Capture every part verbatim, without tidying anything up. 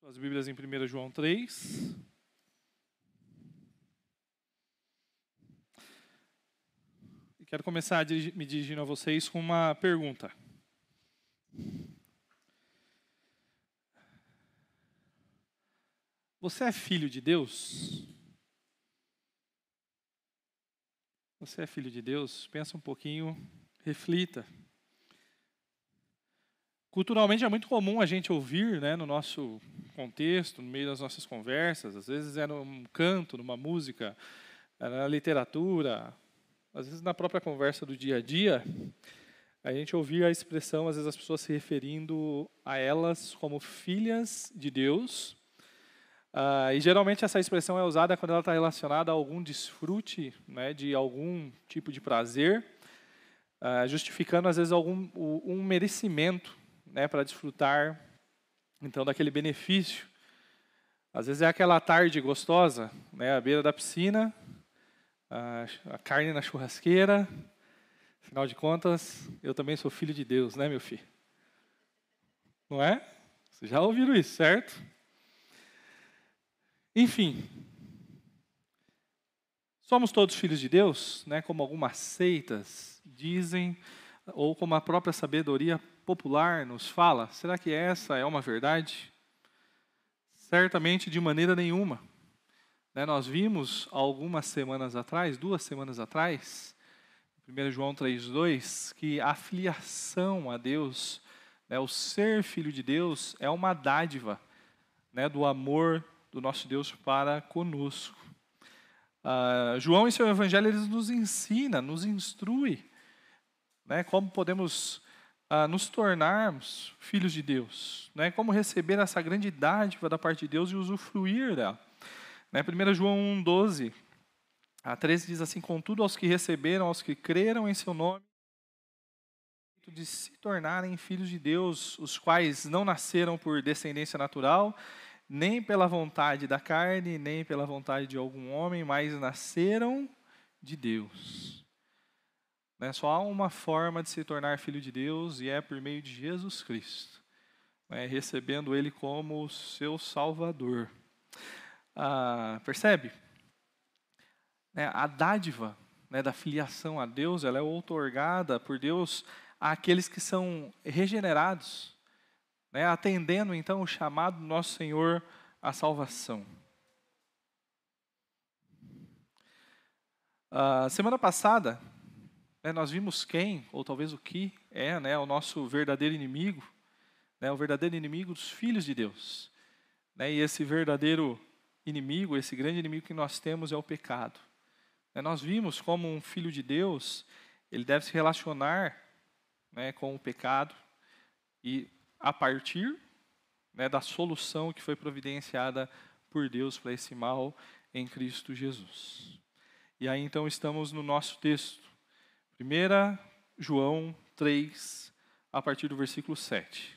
As Bíblias em primeiro João três. E quero começar a dirigi- me dirigindo a vocês com uma pergunta. Você é filho de Deus? Você é filho de Deus? Pensa um pouquinho, reflita. Culturalmente é muito comum a gente ouvir, né, no nosso contexto, no meio das nossas conversas, às vezes é num canto, numa música, é na literatura, às vezes na própria conversa do dia a dia, a gente ouvir a expressão, às vezes as pessoas se referindo a elas como filhas de Deus. Ah, e geralmente essa expressão é usada quando ela está relacionada a algum desfrute, né, de algum tipo de prazer, ah, justificando às vezes algum um merecimento, né, para desfrutar então daquele benefício. Às vezes é aquela tarde gostosa, né, à beira da piscina, a, a carne na churrasqueira. Afinal de contas, eu também sou filho de Deus, né, meu filho? Não é? Vocês já ouviram isso, certo? Enfim, somos todos filhos de Deus, né, como algumas seitas dizem, ou como a própria sabedoria popular nos fala. Será que essa é uma verdade? Certamente de maneira nenhuma. Né, nós vimos algumas semanas atrás, duas semanas atrás, primeiro João três, dois, que a filiação a Deus, né, o ser filho de Deus, é uma dádiva, né, do amor do nosso Deus para conosco. Uh, João, em seu evangelho, ele nos ensina, nos instrui, né, como podemos uh, nos tornarmos filhos de Deus, né, como receber essa grande dádiva da parte de Deus e usufruir dela. Né, primeiro João um, doze a treze diz assim: contudo, aos que receberam, aos que creram em seu nome, de se tornarem filhos de Deus, os quais não nasceram por descendência natural, nem pela vontade da carne, nem pela vontade de algum homem, mas nasceram de Deus. Né? Só há uma forma de se tornar filho de Deus, e é por meio de Jesus Cristo, né? Recebendo Ele como seu Salvador. Ah, percebe? Né? A dádiva, né, da filiação a Deus, ela é outorgada por Deus àqueles que são regenerados, né, atendendo então o chamado do nosso Senhor à salvação. Uh, semana passada, né, nós vimos quem, ou talvez o que, é, né, o nosso verdadeiro inimigo, né, o verdadeiro inimigo dos filhos de Deus. Né, e esse verdadeiro inimigo, esse grande inimigo que nós temos é o pecado. Né, nós vimos como um filho de Deus, ele deve se relacionar, né, com o pecado e a partir, né, da solução que foi providenciada por Deus para esse mal em Cristo Jesus. E aí então estamos no nosso texto, primeiro João três, a partir do versículo sete.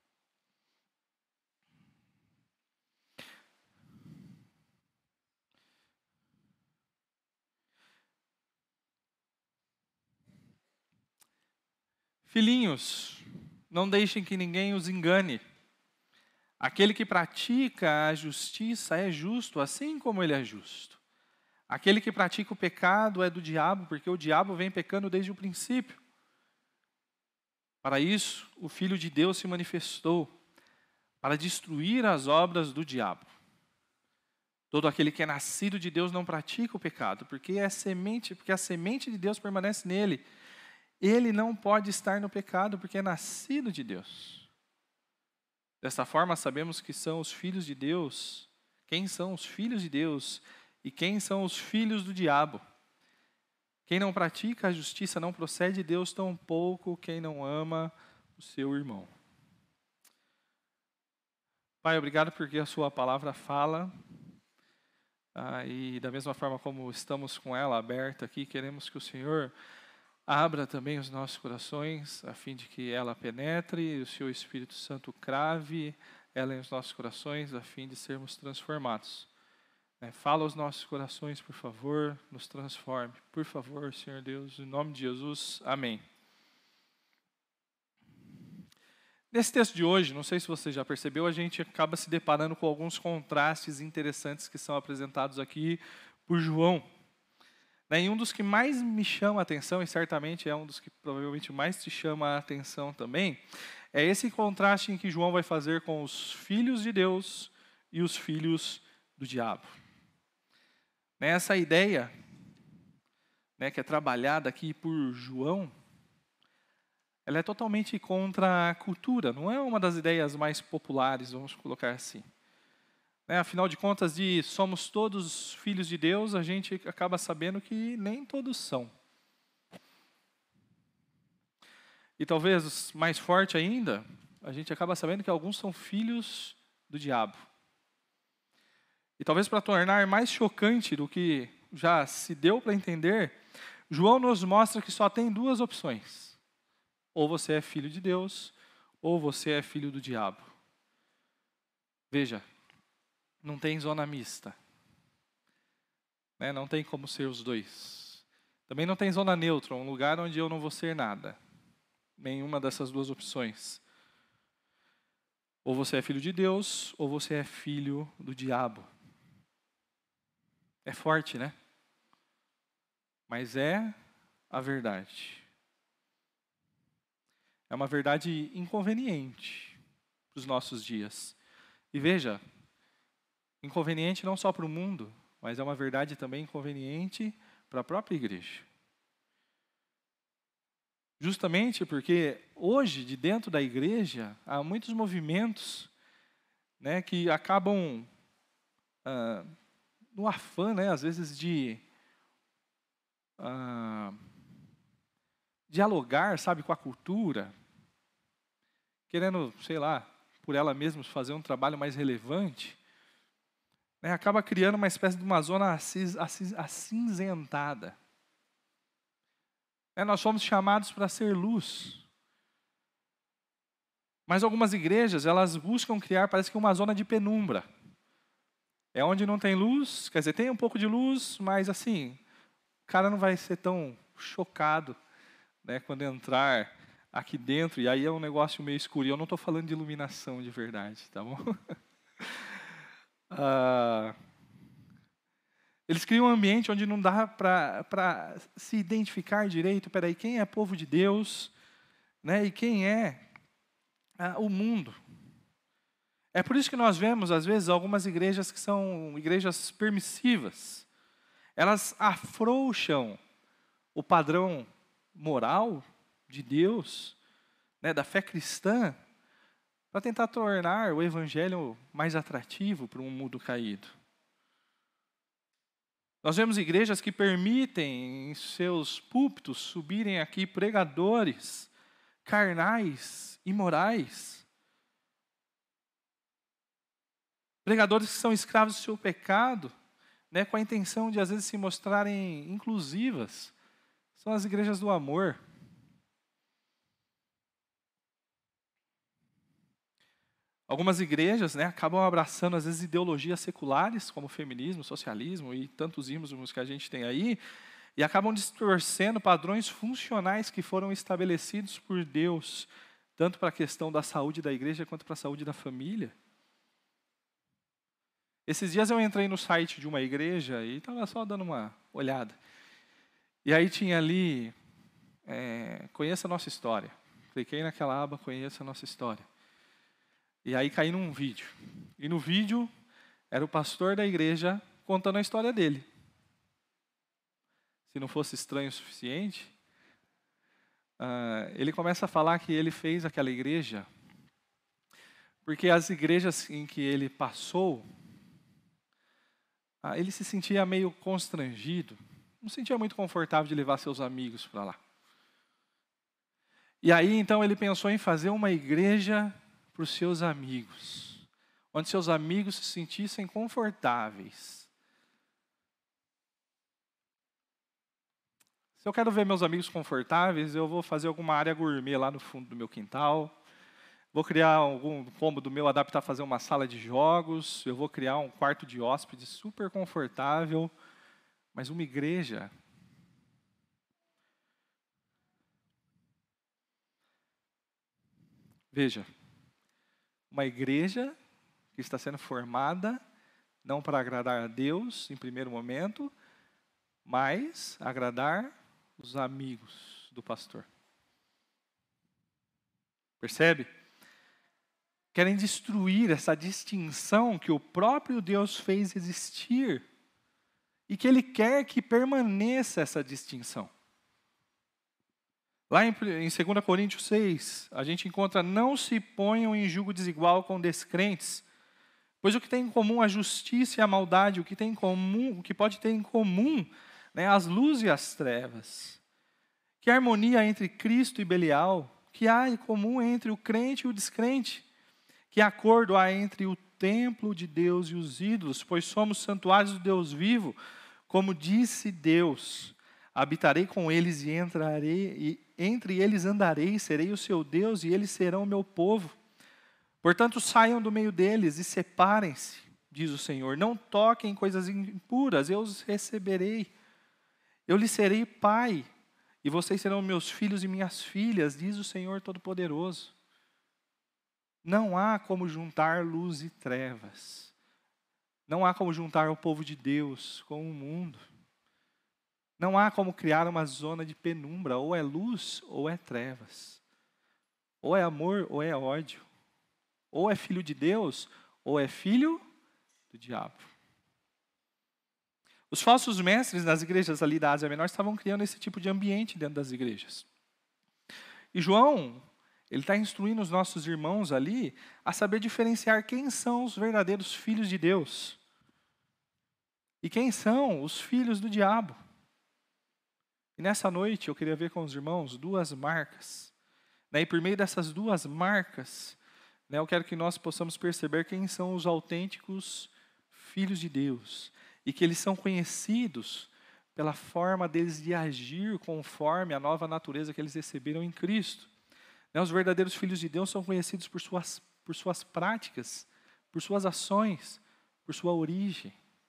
Filhinhos, não deixem que ninguém os engane. Aquele que pratica a justiça é justo, assim como ele é justo. Aquele que pratica o pecado é do diabo, porque o diabo vem pecando desde o princípio. Para isso, o Filho de Deus se manifestou, para destruir as obras do diabo. Todo aquele que é nascido de Deus não pratica o pecado, porque é semente, porque a semente de Deus permanece nele. Ele não pode estar no pecado, porque é nascido de Deus. Desta forma, sabemos que são os filhos de Deus, quem são os filhos de Deus e quem são os filhos do diabo. Quem não pratica a justiça não procede de Deus, tampouco quem não ama o seu irmão. Pai, obrigado porque a sua palavra fala, ah, e da mesma forma como estamos com ela aberta aqui, queremos que o Senhor abra também os nossos corações, a fim de que ela penetre e o seu Espírito Santo crave ela nos nossos corações, a fim de sermos transformados. Fala aos nossos corações, por favor, nos transforme. Por favor, Senhor Deus, em nome de Jesus, amém. Nesse texto de hoje, não sei se você já percebeu, a gente acaba se deparando com alguns contrastes interessantes que são apresentados aqui por João. E um dos que mais me chama a atenção, e certamente é um dos que provavelmente mais te chama a atenção também, é esse contraste em que João vai fazer com os filhos de Deus e os filhos do diabo. Essa ideia, né, que é trabalhada aqui por João, ela é totalmente contra a cultura, não é uma das ideias mais populares, vamos colocar assim. Né, afinal de contas, de somos todos filhos de Deus, a gente acaba sabendo que nem todos são. E talvez mais forte ainda, a gente acaba sabendo que alguns são filhos do diabo. E talvez para tornar mais chocante do que já se deu para entender, João nos mostra que só tem duas opções. Ou você é filho de Deus, ou você é filho do diabo. Veja, não tem zona mista. Né? Não tem como ser os dois. Também não tem zona neutra, um lugar onde eu não vou ser nada. Nenhuma dessas duas opções. Ou você é filho de Deus, ou você é filho do diabo. É forte, né? Mas é a verdade. É uma verdade inconveniente para os nossos dias. E veja, inconveniente não só para o mundo, mas é uma verdade também inconveniente para a própria igreja. Justamente porque hoje, de dentro da igreja, há muitos movimentos, né, que acabam, ah, no afã, né, às vezes, de ah, dialogar, sabe, com a cultura, querendo, sei lá, por ela mesma fazer um trabalho mais relevante, né, acaba criando uma espécie de uma zona acis, acis, acinzentada. É, nós somos chamados para ser luz. Mas algumas igrejas, elas buscam criar, parece que uma zona de penumbra. É onde não tem luz, quer dizer, tem um pouco de luz, mas assim, o cara não vai ser tão chocado, né, quando entrar aqui dentro, e aí é um negócio meio escuro. E eu não estou falando de iluminação de verdade, tá bom? ah, eles criam um ambiente onde não dá para se identificar direito, peraí, quem é povo de Deus, né, e quem é ah, o mundo. É por isso que nós vemos, às vezes, algumas igrejas que são igrejas permissivas. Elas afrouxam o padrão moral de Deus, né, da fé cristã, para tentar tornar o evangelho mais atrativo para um mundo caído. Nós vemos igrejas que permitem em seus púlpitos subirem aqui pregadores carnais, imorais. Pregadores que são escravos do seu pecado, né, com a intenção de às vezes se mostrarem inclusivas. São as igrejas do amor. Algumas igrejas, né, acabam abraçando, às vezes, ideologias seculares, como feminismo, socialismo e tantos ismos que a gente tem aí, e acabam distorcendo padrões funcionais que foram estabelecidos por Deus, tanto para a questão da saúde da igreja, quanto para a saúde da família. Esses dias eu entrei no site de uma igreja e estava só dando uma olhada. E aí tinha ali, é, conheça a nossa história. Cliquei naquela aba, conheça a nossa história. E aí caí num vídeo. E no vídeo era o pastor da igreja contando a história dele. Se não fosse estranho o suficiente, uh, ele começa a falar que ele fez aquela igreja porque as igrejas em que ele passou, uh, ele se sentia meio constrangido, não se sentia muito confortável de levar seus amigos para lá. E aí, então, ele pensou em fazer uma igreja para os seus amigos, onde seus amigos se sentissem confortáveis. Se eu quero ver meus amigos confortáveis, eu vou fazer alguma área gourmet lá no fundo do meu quintal, vou criar algum cômodo meu, adaptar, fazer uma sala de jogos, eu vou criar um quarto de hóspede super confortável, mas uma igreja... Veja, uma igreja que está sendo formada, não para agradar a Deus em primeiro momento, mas agradar os amigos do pastor. Percebe? Querem destruir essa distinção que o próprio Deus fez existir e que Ele quer que permaneça essa distinção. Lá em dois Coríntios seis, a gente encontra: não se ponham em julgo desigual com descrentes, pois o que tem em comum a justiça e a maldade, o que tem em comum, o que pode ter em comum, né, as luzes e as trevas. Que harmonia entre Cristo e Belial, que há em comum entre o crente e o descrente? Que acordo há entre o templo de Deus e os ídolos, pois somos santuários do Deus vivo, como disse Deus: habitarei com eles e entrarei, e entre eles andarei, serei o seu Deus e eles serão o meu povo. Portanto, saiam do meio deles e separem-se, diz o Senhor. Não toquem em coisas impuras, eu os receberei. Eu lhes serei pai, e vocês serão meus filhos e minhas filhas, diz o Senhor Todo-Poderoso. Não há como juntar luz e trevas. Não há como juntar o povo de Deus com o mundo. Não há como criar uma zona de penumbra. Ou é luz ou é trevas. Ou é amor ou é ódio. Ou é filho de Deus ou é filho do diabo. Os falsos mestres das igrejas ali da Ásia Menor estavam criando esse tipo de ambiente dentro das igrejas. E João, ele está instruindo os nossos irmãos ali a saber diferenciar quem são os verdadeiros filhos de Deus e quem são os filhos do diabo. E nessa noite eu queria ver com os irmãos duas marcas. Né? E por meio dessas duas marcas, né, eu quero que nós possamos perceber quem são os autênticos filhos de Deus. E que eles são conhecidos pela forma deles de agir conforme a nova natureza que eles receberam em Cristo. Né, os verdadeiros filhos de Deus são conhecidos por suas, por suas práticas, por suas ações, por sua origem.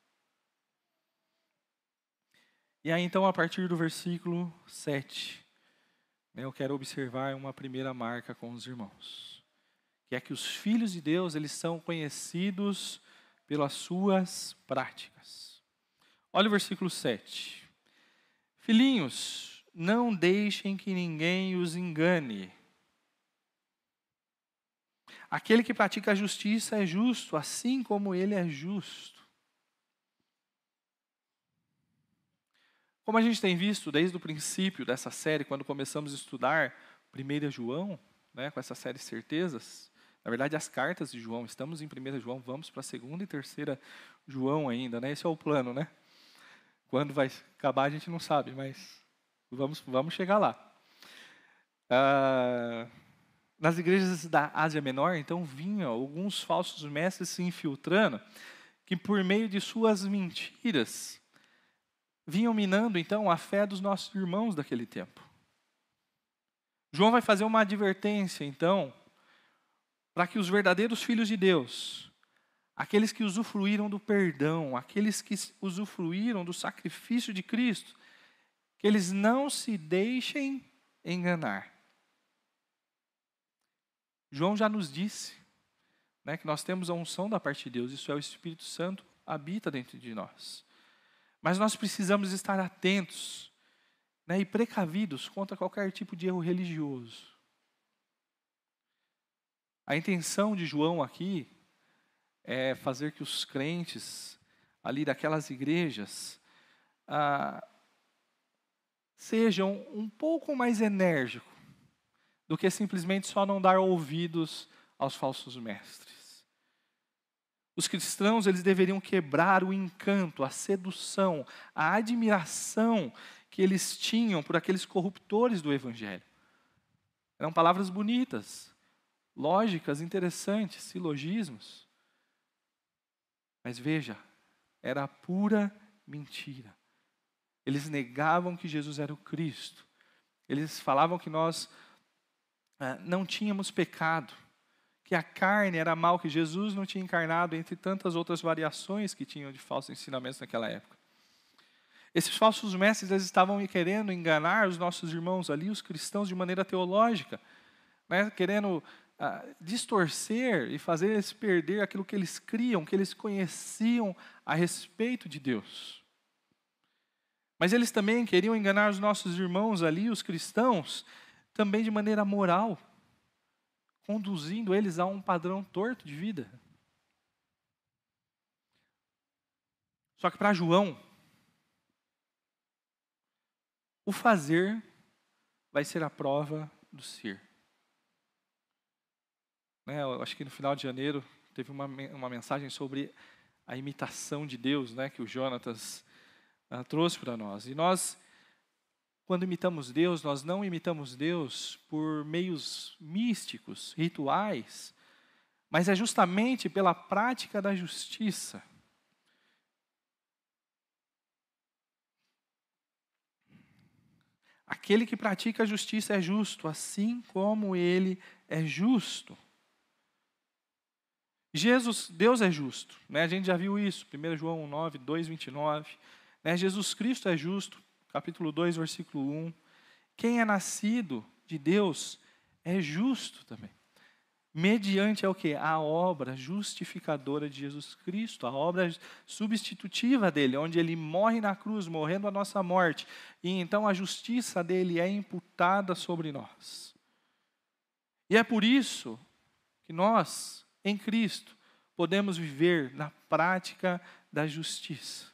E aí então, a partir do versículo sete, né, eu quero observar uma primeira marca com os irmãos. Que é que os filhos de Deus, eles são conhecidos pelas suas práticas. Olha o versículo sete. Filhinhos, não deixem que ninguém os engane. Aquele que pratica a justiça é justo, assim como ele é justo. Como a gente tem visto desde o princípio dessa série, quando começamos a estudar primeiro João, né, com essa série Certezas, na verdade as cartas de João, estamos em primeiro João, vamos para a segunda e terceira João ainda, né? Esse é o plano, né? Quando vai acabar a gente não sabe, mas vamos, vamos chegar lá. Ah, nas igrejas da Ásia Menor, então, vinham alguns falsos mestres se infiltrando, que por meio de suas mentiras, vinham minando, então, a fé dos nossos irmãos daquele tempo. João vai fazer uma advertência, então, para que os verdadeiros filhos de Deus, aqueles que usufruíram do perdão, aqueles que usufruíram do sacrifício de Cristo, que eles não se deixem enganar. João já nos disse, né, que nós temos a unção da parte de Deus, isso é, o Espírito Santo habita dentro de nós. Mas nós precisamos estar atentos, né, e precavidos contra qualquer tipo de erro religioso. A intenção de João aqui é fazer que os crentes ali daquelas igrejas ah, sejam um pouco mais enérgicos do que simplesmente só não dar ouvidos aos falsos mestres. Os cristãos, eles deveriam quebrar o encanto, a sedução, a admiração que eles tinham por aqueles corruptores do Evangelho. Eram palavras bonitas, lógicas, interessantes, silogismos. Mas veja, era pura mentira. Eles negavam que Jesus era o Cristo. Eles falavam que nós ah, não tínhamos pecado, que a carne era mal, que Jesus não tinha encarnado, entre tantas outras variações que tinham de falsos ensinamentos naquela época. Esses falsos mestres, eles estavam querendo enganar os nossos irmãos ali, os cristãos, de maneira teológica, né? Querendo ah, distorcer e fazer eles perder aquilo que eles criam, que eles conheciam a respeito de Deus. Mas eles também queriam enganar os nossos irmãos ali, os cristãos, também de maneira moral, conduzindo eles a um padrão torto de vida. Só que para João, o fazer vai ser a prova do ser. Né, eu acho que no final de janeiro teve uma, uma mensagem sobre a imitação de Deus, né, que o Jonatas uh, trouxe para nós. E nós, quando imitamos Deus, nós não imitamos Deus por meios místicos, rituais, mas é justamente pela prática da justiça. Aquele que pratica a justiça é justo, assim como ele é justo. Jesus, Deus é justo, né? A gente já viu isso, primeiro João nove, dois, vinte e nove. Né? Jesus Cristo é justo, capítulo dois, versículo um. Quem é nascido de Deus é justo também. Mediante é o quê? A obra justificadora de Jesus Cristo, a obra substitutiva dele, onde ele morre na cruz, morrendo a nossa morte. E então a justiça dele é imputada sobre nós. E é por isso que nós, em Cristo, podemos viver na prática da justiça.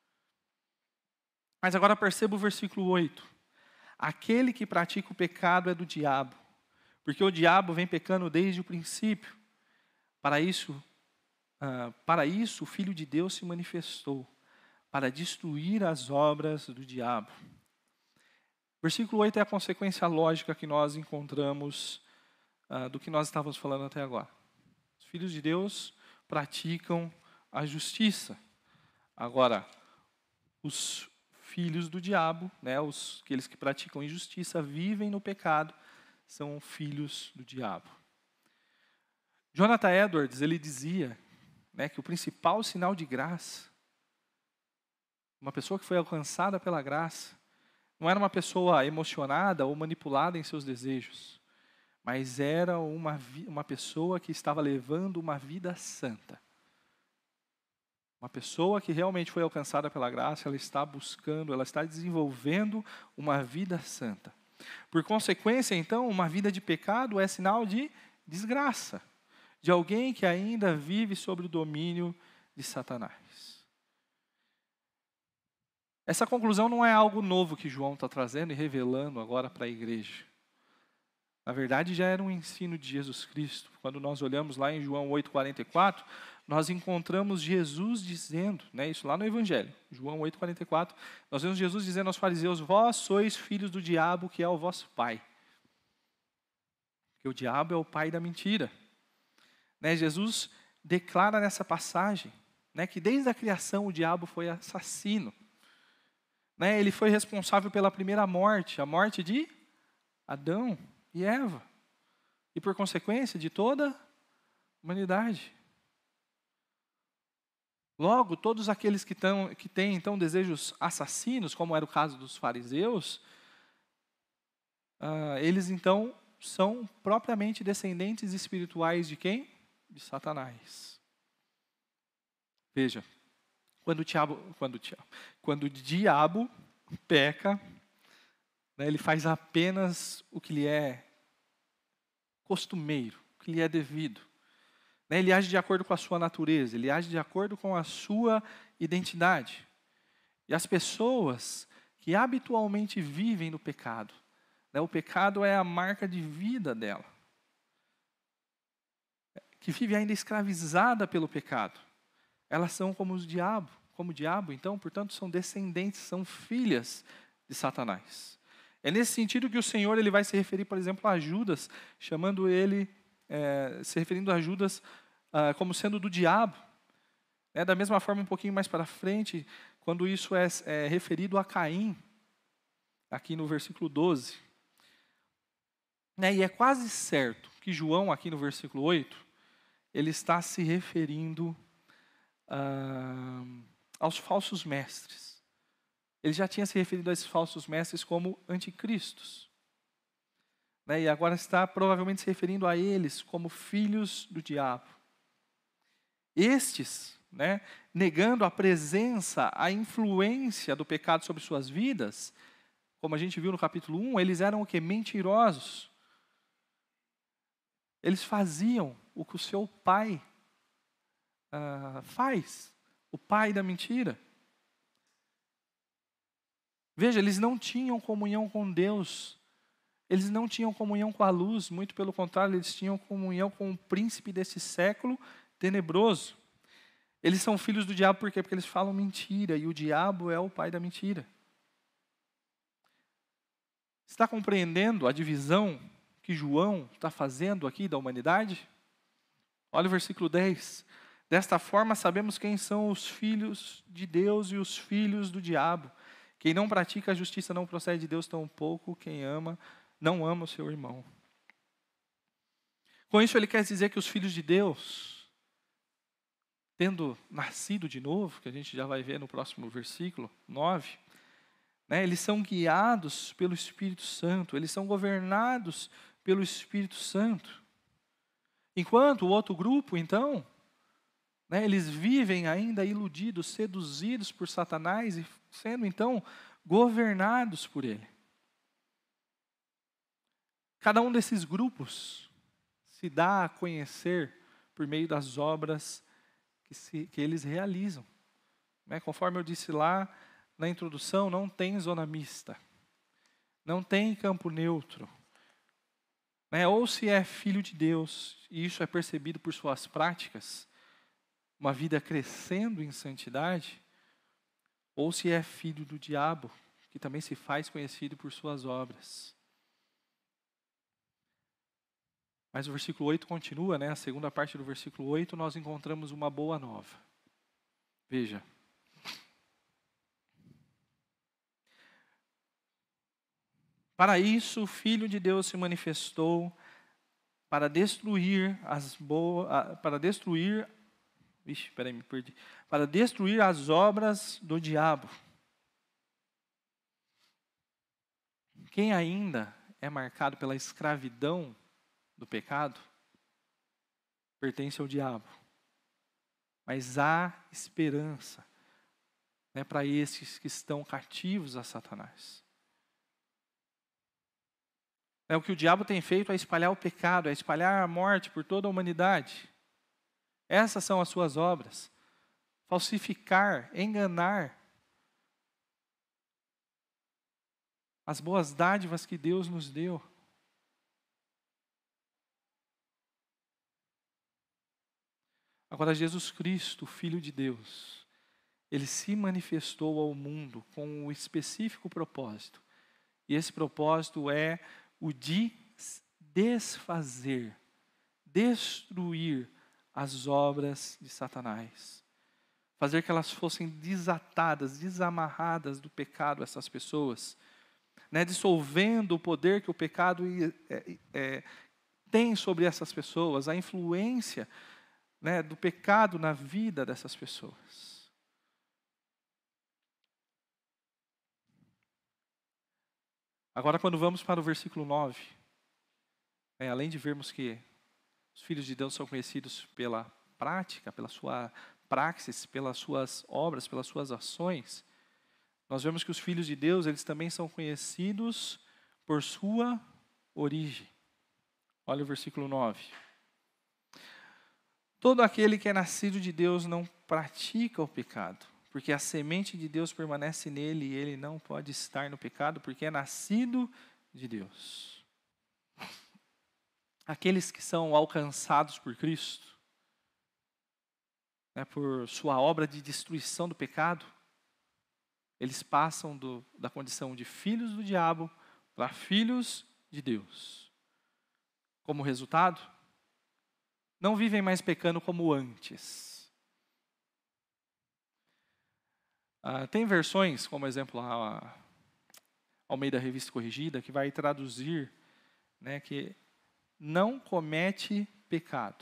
Mas agora perceba o versículo oito. Aquele que pratica o pecado é do diabo, porque o diabo vem pecando desde o princípio. Para isso, uh, para isso o Filho de Deus se manifestou, para destruir as obras do diabo. Versículo oito é a consequência lógica que nós encontramos uh, do que nós estávamos falando até agora. Os filhos de Deus praticam a justiça. Agora, os filhos do diabo, né, os, aqueles que praticam injustiça, vivem no pecado, são filhos do diabo. Jonathan Edwards, ele dizia, né, que o principal sinal de graça, uma pessoa que foi alcançada pela graça, não era uma pessoa emocionada ou manipulada em seus desejos, mas era uma, uma pessoa que estava levando uma vida santa. Uma pessoa que realmente foi alcançada pela graça, ela está buscando, ela está desenvolvendo uma vida santa. Por consequência, então, uma vida de pecado é sinal de desgraça, de alguém que ainda vive sob o domínio de Satanás. Essa conclusão não é algo novo que João está trazendo e revelando agora para a igreja. Na verdade, já era um ensino de Jesus Cristo. Quando nós olhamos lá em João oito, quarenta e quatro, nós encontramos Jesus dizendo, né, isso lá no Evangelho, João oito, quarenta e quatro, nós vemos Jesus dizendo aos fariseus: vós sois filhos do diabo, que é o vosso pai. Porque o diabo é o pai da mentira. Né, Jesus declara nessa passagem, né, que desde a criação o diabo foi assassino. Né, ele foi responsável pela primeira morte, a morte de Adão e Eva. E por consequência de toda a humanidade. Logo, todos aqueles que, tão, que têm então desejos assassinos, como era o caso dos fariseus, uh, eles então são propriamente descendentes espirituais de quem? De Satanás. Veja, quando o diabo, quando o diabo, quando o diabo peca, né, ele faz apenas o que lhe é costumeiro, o que lhe é devido. Ele age de acordo com a sua natureza, ele age de acordo com a sua identidade. E as pessoas que habitualmente vivem no pecado, né, o pecado é a marca de vida dela, que vive ainda escravizada pelo pecado, elas são como o diabo, como o diabo, então, portanto, são descendentes, são filhas de Satanás. É nesse sentido que o Senhor ele vai se referir, por exemplo, a Judas, chamando ele, é, se referindo a Judas ah, como sendo do diabo. É, da mesma forma, um pouquinho mais para frente, quando isso é, é referido a Caim, aqui no versículo doze. Né, e é quase certo que João, aqui no versículo oito, ele está se referindo ah, aos falsos mestres. Ele já tinha se referido a esses falsos mestres como anticristos. né? E agora está provavelmente se referindo a eles como filhos do diabo. Estes, né, negando a presença, a influência do pecado sobre suas vidas, como a gente viu no capítulo um, eles eram o quê? Mentirosos. Eles faziam o que o seu pai ah, faz, o pai da mentira. Veja, eles não tinham comunhão com Deus, eles não tinham comunhão com a luz, muito pelo contrário, eles tinham comunhão com o príncipe desse século tenebroso. Eles são filhos do diabo por quê? Porque eles falam mentira, e o diabo é o pai da mentira. Está compreendendo a divisão que João está fazendo aqui da humanidade? Olha o versículo dez. Desta forma sabemos quem são os filhos de Deus e os filhos do diabo. Quem não pratica a justiça não procede de Deus, tampouco quem ama, não ama o seu irmão. Com isso ele quer dizer que os filhos de Deus, tendo nascido de novo, que a gente já vai ver no próximo versículo nove, né, eles são guiados pelo Espírito Santo, eles são governados pelo Espírito Santo. Enquanto o outro grupo, então, né, eles vivem ainda iludidos, seduzidos por Satanás e sendo, então, governados por ele. Cada um desses grupos se dá a conhecer por meio das obras que, se, que eles realizam. Né, conforme eu disse lá na introdução, não tem zona mista, não tem campo neutro. Né, ou se é filho de Deus, e isso é percebido por suas práticas, uma vida crescendo em santidade, ou se é filho do diabo, que também se faz conhecido por suas obras. Mas o versículo oito continua, né? A segunda parte do versículo oito, nós encontramos uma boa nova. Veja. Para isso, o Filho de Deus se manifestou para destruir as boas, para destruir, vixe, peraí, me perdi, para destruir as obras do diabo. Quem ainda é marcado pela escravidão do pecado, pertence ao diabo. Mas há esperança, né, para esses que estão cativos a Satanás. É, o que o diabo tem feito é espalhar o pecado, é espalhar a morte por toda a humanidade. Essas são as suas obras. Falsificar, enganar as boas dádivas que Deus nos deu. Agora, Jesus Cristo, Filho de Deus, ele se manifestou ao mundo com um específico propósito. E esse propósito é o de desfazer, destruir as obras de Satanás. Fazer que elas fossem desatadas, desamarradas do pecado, essas pessoas. Né, dissolvendo o poder que o pecado é, é, tem sobre essas pessoas, a influência, né, do pecado na vida dessas pessoas. Agora, quando vamos para o versículo nove, né, além de vermos que os filhos de Deus são conhecidos pela prática, pela sua praxis, pelas suas obras, pelas suas ações, nós vemos que os filhos de Deus, eles também são conhecidos por sua origem. Olha o versículo nove. Todo aquele que é nascido de Deus não pratica o pecado, porque a semente de Deus permanece nele e ele não pode estar no pecado, porque é nascido de Deus. Aqueles que são alcançados por Cristo, né, por sua obra de destruição do pecado, eles passam do, da condição de filhos do diabo para filhos de Deus. Como resultado, não vivem mais pecando como antes. Ah, tem versões, como exemplo a Almeida Revista Corrigida, que vai traduzir, né, que não comete pecado.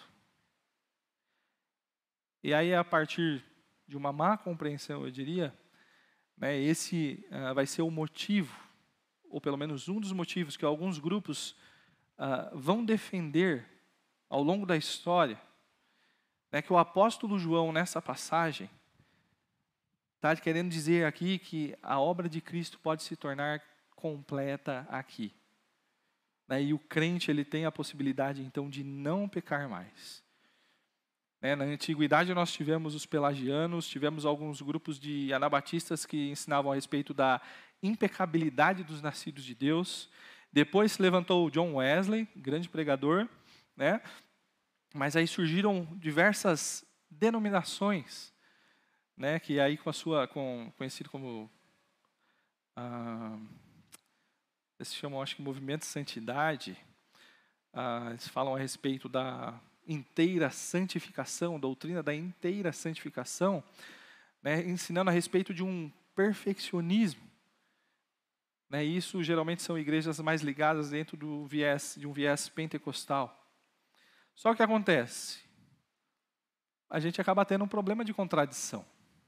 E aí, a partir de uma má compreensão, eu diria, né, esse uh, vai ser o motivo, ou pelo menos um dos motivos que alguns grupos ah, vão defender ao longo da história, né, que o apóstolo João, nessa passagem, está querendo dizer aqui que a obra de Cristo pode se tornar completa aqui. Né, e o crente ele tem a possibilidade, então, de não pecar mais. Né, na antiguidade nós tivemos os pelagianos, tivemos alguns grupos de anabatistas que ensinavam a respeito da impecabilidade dos nascidos de Deus. Depois se levantou o John Wesley, grande pregador, né? Mas aí surgiram diversas denominações, né? Que aí com a sua, com, conhecido como, ah, eles se chamam, acho que, movimento de santidade. Ah, eles falam a respeito da inteira santificação, doutrina da inteira santificação, né, ensinando a respeito de um perfeccionismo. Né, isso geralmente são igrejas mais ligadas dentro do viés, de um viés pentecostal. Só que o que acontece? A gente acaba tendo um problema de contradição.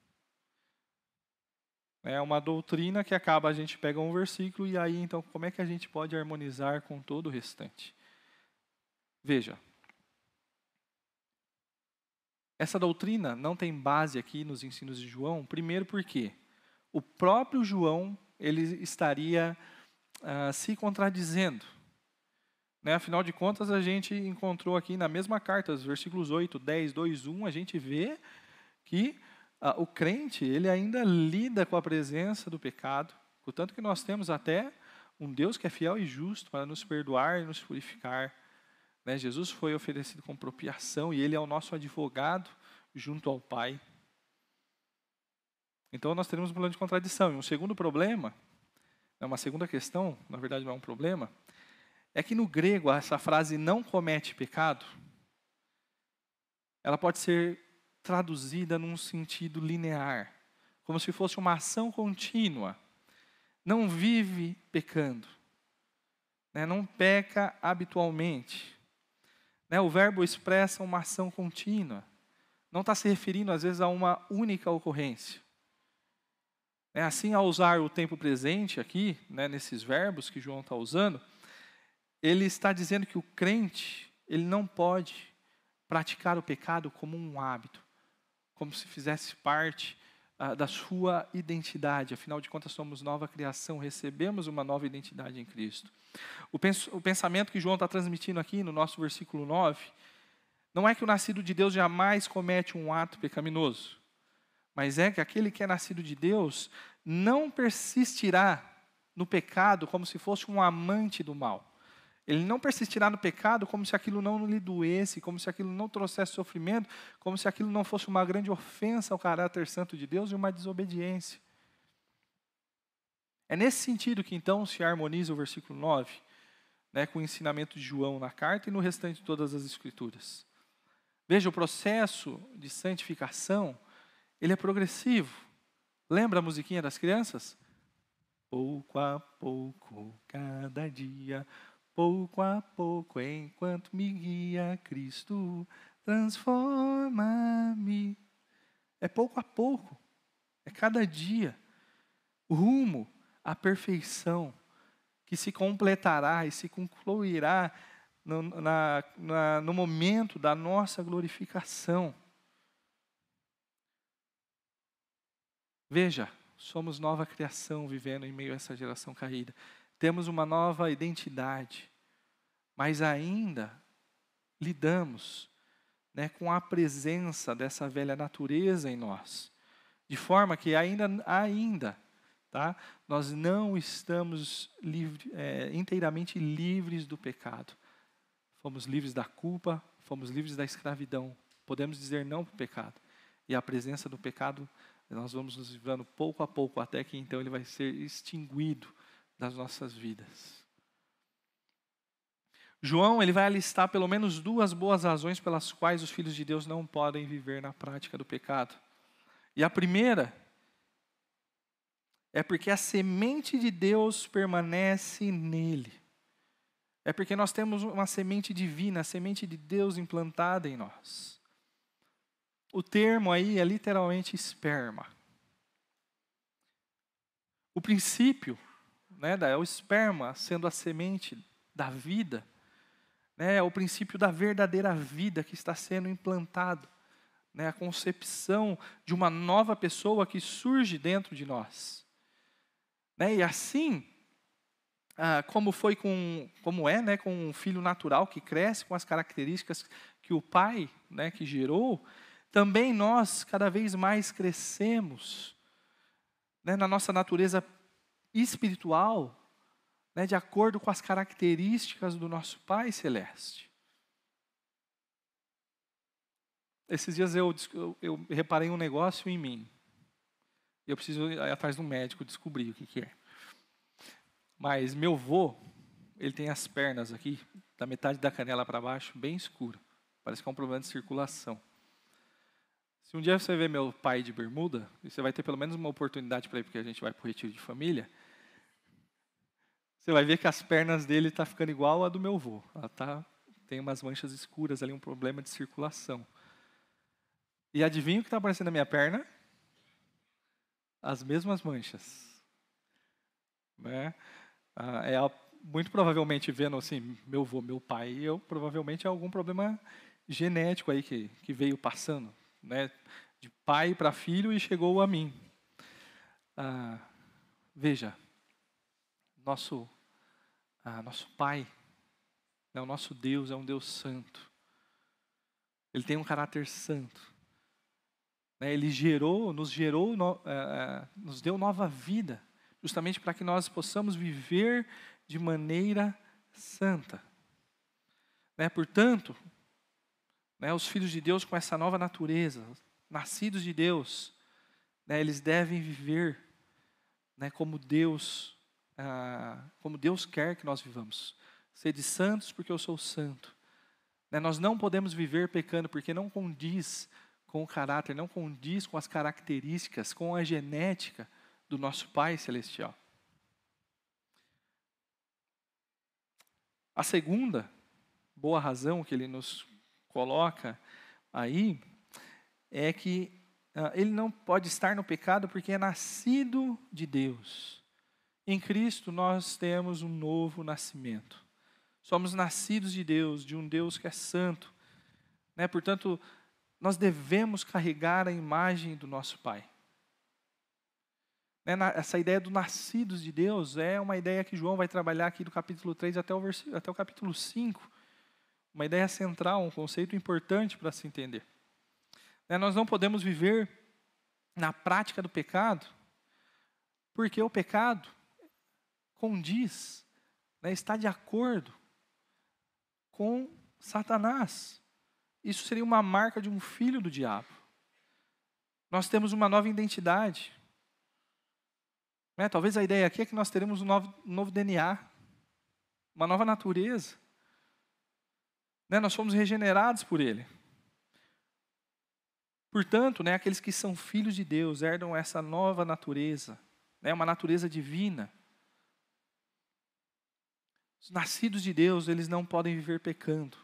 É uma doutrina que acaba, a gente pega um versículo e aí, então, como é que a gente pode harmonizar com todo o restante? Veja, essa doutrina não tem base aqui nos ensinos de João, primeiro porque o próprio João ele estaria ah, se contradizendo. Né? Afinal de contas, a gente encontrou aqui na mesma carta, os versículos oito, dez, dois, um, a gente vê que ah, o crente ele ainda lida com a presença do pecado, portanto que nós temos até um Deus que é fiel e justo para nos perdoar e nos purificar. Né, Jesus foi oferecido como propiação e Ele é o nosso advogado junto ao Pai. Então nós teremos um problema de contradição. E um segundo problema, uma segunda questão, na verdade não é um problema, é que no grego essa frase não comete pecado, ela pode ser traduzida num sentido linear, como se fosse uma ação contínua. Não vive pecando, né, não peca habitualmente. Né, o verbo expressa uma ação contínua. Não está se referindo, às vezes, a uma única ocorrência. É, assim, ao usar o tempo presente aqui, né, nesses verbos que João está usando, ele está dizendo que o crente ele não pode praticar o pecado como um hábito, como se fizesse parte ah, da sua identidade. Afinal de contas, somos nova criação, recebemos uma nova identidade em Cristo. O, pens o pensamento que João está transmitindo aqui no nosso versículo nove, não é que o nascido de Deus jamais comete um ato pecaminoso, mas é que aquele que é nascido de Deus não persistirá no pecado como se fosse um amante do mal. Ele não persistirá no pecado como se aquilo não lhe doesse, como se aquilo não trouxesse sofrimento, como se aquilo não fosse uma grande ofensa ao caráter santo de Deus e uma desobediência. É nesse sentido que então se harmoniza o versículo nove, né, com o ensinamento de João na carta e no restante de todas as escrituras. Veja, o processo de santificação, ele é progressivo. Lembra a musiquinha das crianças? Pouco a pouco, cada dia, pouco a pouco, enquanto me guia Cristo, transforma-me. É pouco a pouco, é cada dia, rumo à perfeição, que se completará e se concluirá no, na, na, no momento da nossa glorificação. Veja, somos nova criação vivendo em meio a essa geração caída. Temos uma nova identidade, mas ainda lidamos, né, com a presença dessa velha natureza em nós, de forma que ainda, ainda tá, nós não estamos livre, é, inteiramente livres do pecado. Fomos livres da culpa, fomos livres da escravidão. Podemos dizer não para o pecado. E a presença do pecado, nós vamos nos livrando pouco a pouco, até que então ele vai ser extinguido das nossas vidas. João ele vai alistar pelo menos duas boas razões pelas quais os filhos de Deus não podem viver na prática do pecado. E a primeira é porque a semente de Deus permanece nele. É porque nós temos uma semente divina, a semente de Deus implantada em nós. O termo aí é literalmente esperma. O princípio, né, é o esperma sendo a semente da vida, né? É o princípio da verdadeira vida que está sendo implantado, né? A concepção de uma nova pessoa que surge dentro de nós, né? E assim, ah, como foi com, como é, né, com um filho natural que cresce com as características que o pai, né, que gerou, também nós cada vez mais crescemos, né, na nossa natureza espiritual, né, de acordo com as características do nosso Pai Celeste. Esses dias eu, eu, eu reparei um negócio em mim. Eu preciso ir atrás do médico descobrir o que, que é. Mas meu vô, ele tem as pernas aqui, da metade da canela para baixo, bem escuro. Parece que é um problema de circulação. Se um dia você ver meu pai de bermuda, e você vai ter pelo menos uma oportunidade para ir, porque a gente vai para o retiro de família, você vai ver que as pernas dele estão tá ficando igual a do meu avô. Ela tá, tem umas manchas escuras ali, um problema de circulação. E adivinha o que está aparecendo na minha perna? As mesmas manchas. Né? Ah, é, muito provavelmente vendo assim, meu avô, meu pai, eu provavelmente é algum problema genético aí que, que veio passando, né? De pai para filho e chegou a mim. Ah, veja, nosso, ah, nosso Pai, né, o nosso Deus é um Deus santo. Ele tem um caráter santo. Né, ele gerou, nos gerou, no, ah, nos deu nova vida, justamente para que nós possamos viver de maneira santa. Né, portanto, né, os filhos de Deus com essa nova natureza, nascidos de Deus, né, eles devem viver, né, como Deus, ah, como Deus quer que nós vivamos. Sede santos porque eu sou santo. Né, nós não podemos viver pecando porque não condiz com o caráter, não condiz com as características, com a genética do nosso Pai Celestial. A segunda boa razão que ele nos coloca aí é que uh, ele não pode estar no pecado porque é nascido de Deus. Em Cristo nós temos um novo nascimento. Somos nascidos de Deus, de um Deus que é santo. Né? Portanto, nós devemos carregar a imagem do nosso Pai. Né? Essa ideia do nascidos de Deus é uma ideia que João vai trabalhar aqui do capítulo três até o, versículo, até o capítulo cinco. Uma ideia central, um conceito importante para se entender. Né? Nós não podemos viver na prática do pecado, porque o pecado condiz, né, está de acordo com Satanás. Isso seria uma marca de um filho do diabo. Nós temos uma nova identidade. Né? Talvez a ideia aqui é que nós teremos um novo, um novo D N A, uma nova natureza. Né? Nós fomos regenerados por Ele. Portanto, né, aqueles que são filhos de Deus herdam essa nova natureza, né, uma natureza divina. Os nascidos de Deus, eles não podem viver pecando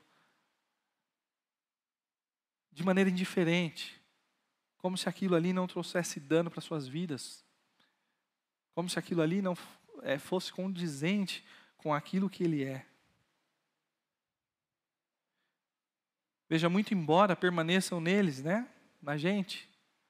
de maneira indiferente, como se aquilo ali não trouxesse dano para suas vidas, como se aquilo ali não é, fosse condizente com aquilo que ele é. Veja, muito embora permaneçam neles, né, na gente,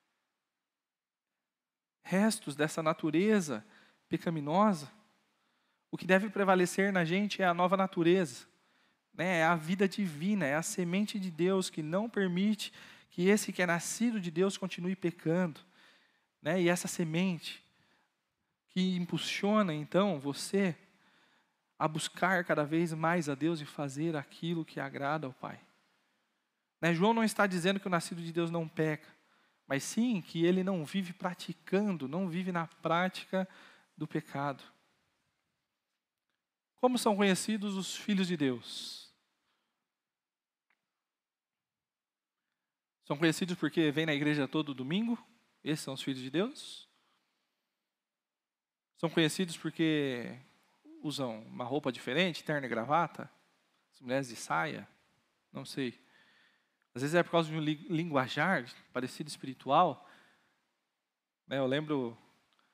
restos dessa natureza pecaminosa, o que deve prevalecer na gente é a nova natureza, né? É a vida divina, é a semente de Deus que não permite que esse que é nascido de Deus continue pecando. Né? E essa semente que impulsiona, então, você a buscar cada vez mais a Deus e fazer aquilo que agrada ao Pai. Né? João não está dizendo que o nascido de Deus não peca, mas sim que ele não vive praticando, não vive na prática do pecado. Como são conhecidos os filhos de Deus? São conhecidos porque vêm na igreja todo domingo? Esses são os filhos de Deus? São conhecidos porque usam uma roupa diferente, terno e gravata? As mulheres de saia? Não sei. Às vezes é por causa de um linguajar parecido espiritual. Eu lembro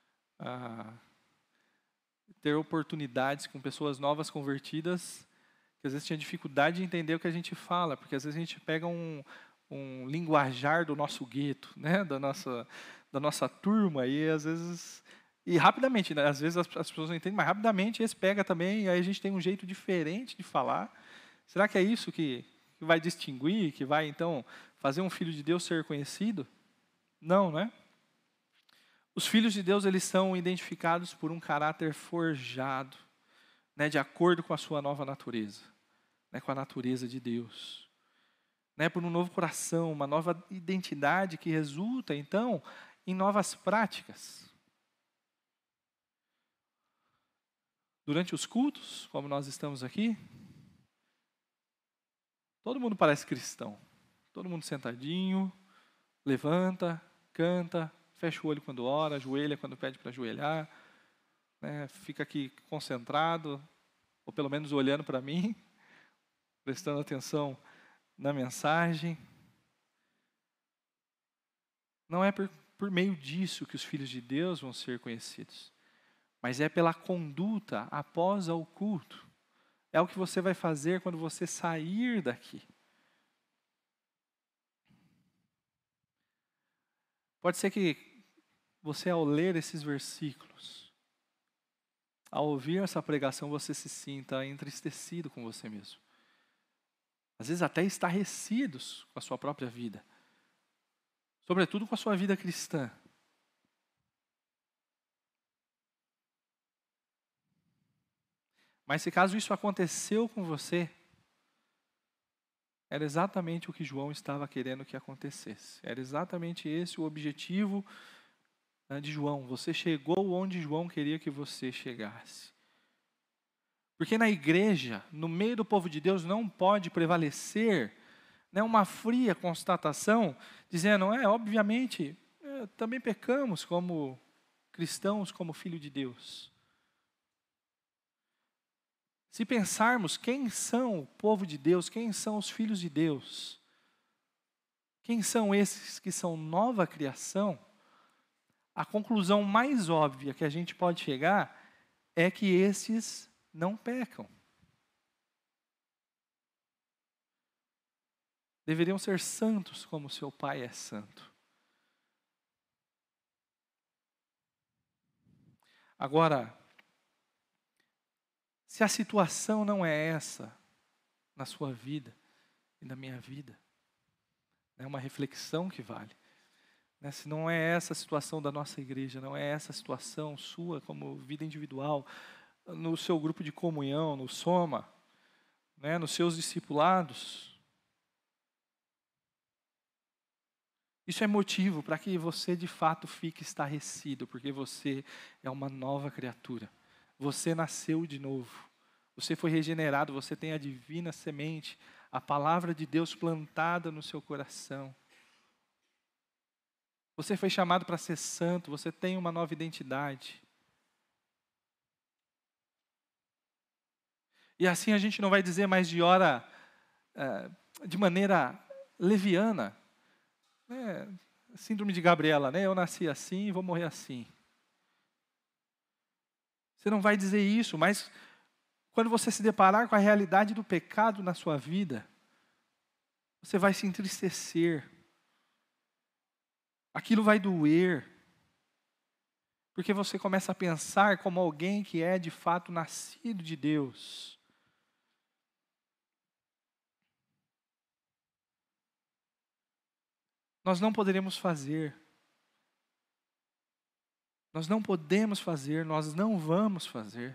ah, ter oportunidades com pessoas novas convertidas que às vezes tinha dificuldade de entender o que a gente fala, porque às vezes a gente pega um, um linguajar do nosso gueto, né, da nossa, da nossa turma, e às vezes, e rapidamente, né, às vezes as, as pessoas não entendem, mas rapidamente esse pega também, e aí a gente tem um jeito diferente de falar. Será que é isso que, que vai distinguir, que vai então fazer um filho de Deus ser conhecido? Não, né? Os filhos de Deus, eles são identificados por um caráter forjado, né, de acordo com a sua nova natureza, né, com a natureza de Deus. Né, por um novo coração, uma nova identidade que resulta, então, em novas práticas. Durante os cultos, como nós estamos aqui, todo mundo parece cristão. Todo mundo sentadinho, levanta, canta, fecha o olho quando ora, ajoelha quando pede para ajoelhar, né, fica aqui concentrado, ou pelo menos olhando para mim, prestando atenção na mensagem. Não é por, por meio disso que os filhos de Deus vão ser conhecidos, mas é pela conduta após o culto. É o que você vai fazer quando você sair daqui. Pode ser que você, ao ler esses versículos, ao ouvir essa pregação, você se sinta entristecido com você mesmo. Às vezes até estarrecidos com a sua própria vida. Sobretudo com a sua vida cristã. Mas se caso isso aconteceu com você, era exatamente o que João estava querendo que acontecesse. Era exatamente esse o objetivo, né, de João. Você chegou onde João queria que você chegasse. Porque na igreja, no meio do povo de Deus, não pode prevalecer, né, uma fria constatação, dizendo, é, obviamente, é, também pecamos como cristãos, como filho de Deus. Se pensarmos quem são o povo de Deus, quem são os filhos de Deus, quem são esses que são nova criação, a conclusão mais óbvia que a gente pode chegar é que esses não pecam. Deveriam ser santos como seu Pai é santo. Agora, se a situação não é essa na sua vida e na minha vida, é uma reflexão que vale. Né? Se não é essa a situação da nossa igreja, não é essa a situação sua como vida individual, no seu grupo de comunhão, no Soma, né, nos seus discipulados, isso é motivo para que você de fato fique estarrecido, porque você é uma nova criatura. Você nasceu de novo. Você foi regenerado, você tem a divina semente, a palavra de Deus plantada no seu coração. Você foi chamado para ser santo, você tem uma nova identidade. E assim a gente não vai dizer mais de hora, de maneira leviana, né? Síndrome de Gabriela, né? Eu nasci assim e vou morrer assim. Você não vai dizer isso, mas quando você se deparar com a realidade do pecado na sua vida, você vai se entristecer. Aquilo vai doer. Porque você começa a pensar como alguém que é de fato nascido de Deus. Nós não poderemos fazer. Nós não podemos fazer, nós não vamos fazer.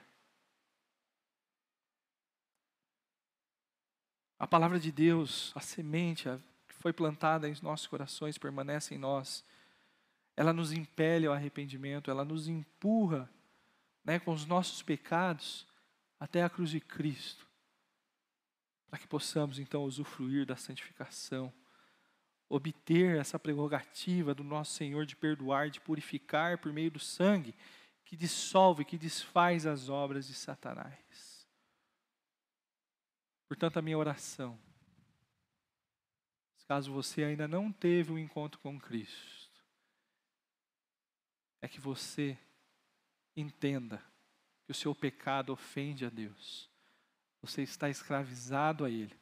A palavra de Deus, a semente que foi plantada em nossos corações, permanece em nós. Ela nos impele ao arrependimento, ela nos empurra, né, com os nossos pecados até a cruz de Cristo. Para que possamos então usufruir da santificação. Obter essa prerrogativa do nosso Senhor de perdoar, de purificar por meio do sangue, que dissolve, que desfaz as obras de Satanás. Portanto, a minha oração, caso você ainda não teve um encontro com Cristo, é que você entenda que o seu pecado ofende a Deus, Você está escravizado a ele.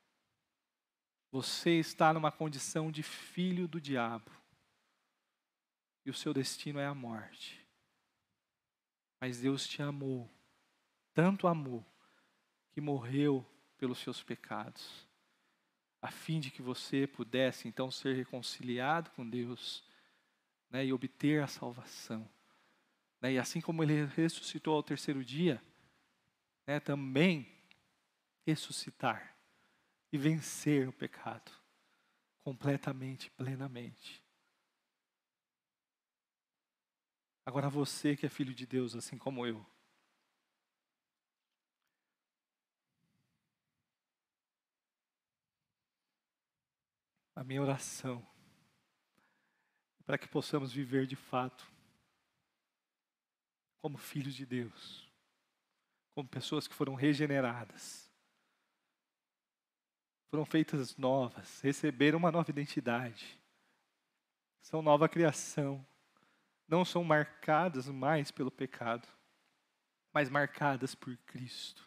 Você está numa condição de filho do diabo. E o seu destino é a morte. Mas Deus te amou, tanto amou, que morreu pelos seus pecados, a fim de que você pudesse então ser reconciliado com Deus, né, e obter a salvação. Né, e assim como ele ressuscitou ao terceiro dia, né, também ressuscitar e vencer o pecado completamente, plenamente. Agora você que é filho de Deus, assim como eu, a minha oração é para que possamos viver de fato como filhos de Deus, como pessoas que foram regeneradas, foram feitas novas, receberam uma nova identidade, são nova criação, não são marcadas mais pelo pecado, mas marcadas por Cristo.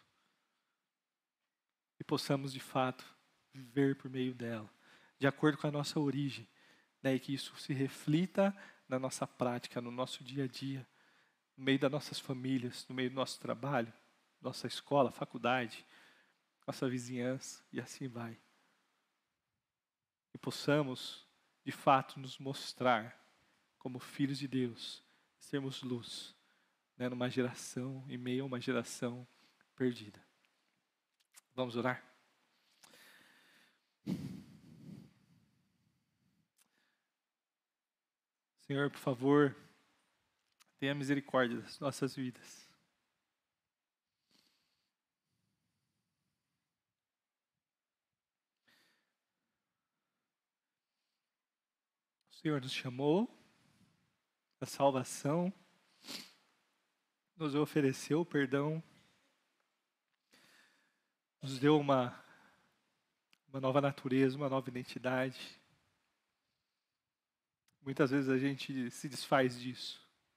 E possamos de fato viver por meio dela, de acordo com a nossa origem, né, e que isso se reflita na nossa prática, no nosso dia a dia, no meio das nossas famílias, no meio do nosso trabalho, nossa escola, faculdade, nossa vizinhança, e assim vai. E possamos, de fato, nos mostrar como filhos de Deus, sermos luz, né, numa geração, em meio a uma geração perdida. Vamos orar? Senhor, por favor, tenha misericórdia das nossas vidas. O Senhor nos chamou à salvação, nos ofereceu o perdão, nos deu uma, uma nova natureza, uma nova identidade. Muitas vezes a gente se desfaz disso.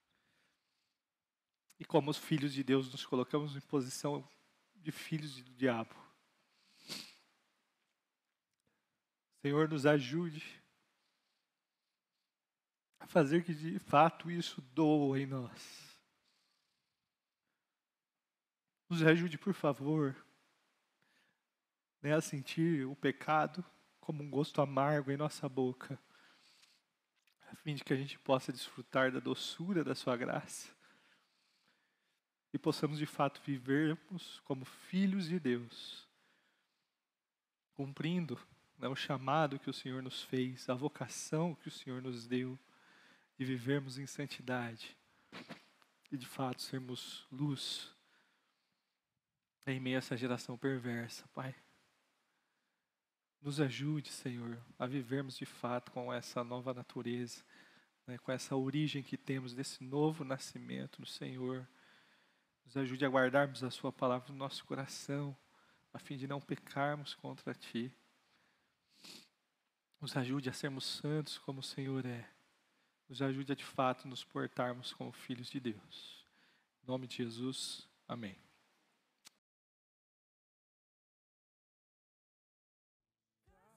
E como os filhos de Deus, nos colocamos em posição de filhos do diabo. Senhor, nos ajude a fazer que de fato isso doa em nós. Nos ajude, por favor, né, a sentir o pecado como um gosto amargo em nossa boca, a fim de que a gente possa desfrutar da doçura da sua graça e possamos de fato vivermos como filhos de Deus, cumprindo, né, o chamado que o Senhor nos fez, a vocação que o Senhor nos deu, de vivermos em santidade e de fato sermos luz em meio a essa geração perversa, Pai. Nos ajude, Senhor, a vivermos de fato com essa nova natureza, né, com essa origem que temos desse novo nascimento no Senhor. Nos ajude a guardarmos a Sua palavra no nosso coração, a fim de não pecarmos contra Ti. Nos ajude a sermos santos como o Senhor é. Nos ajude a de fato nos portarmos como filhos de Deus. Em nome de Jesus, amém.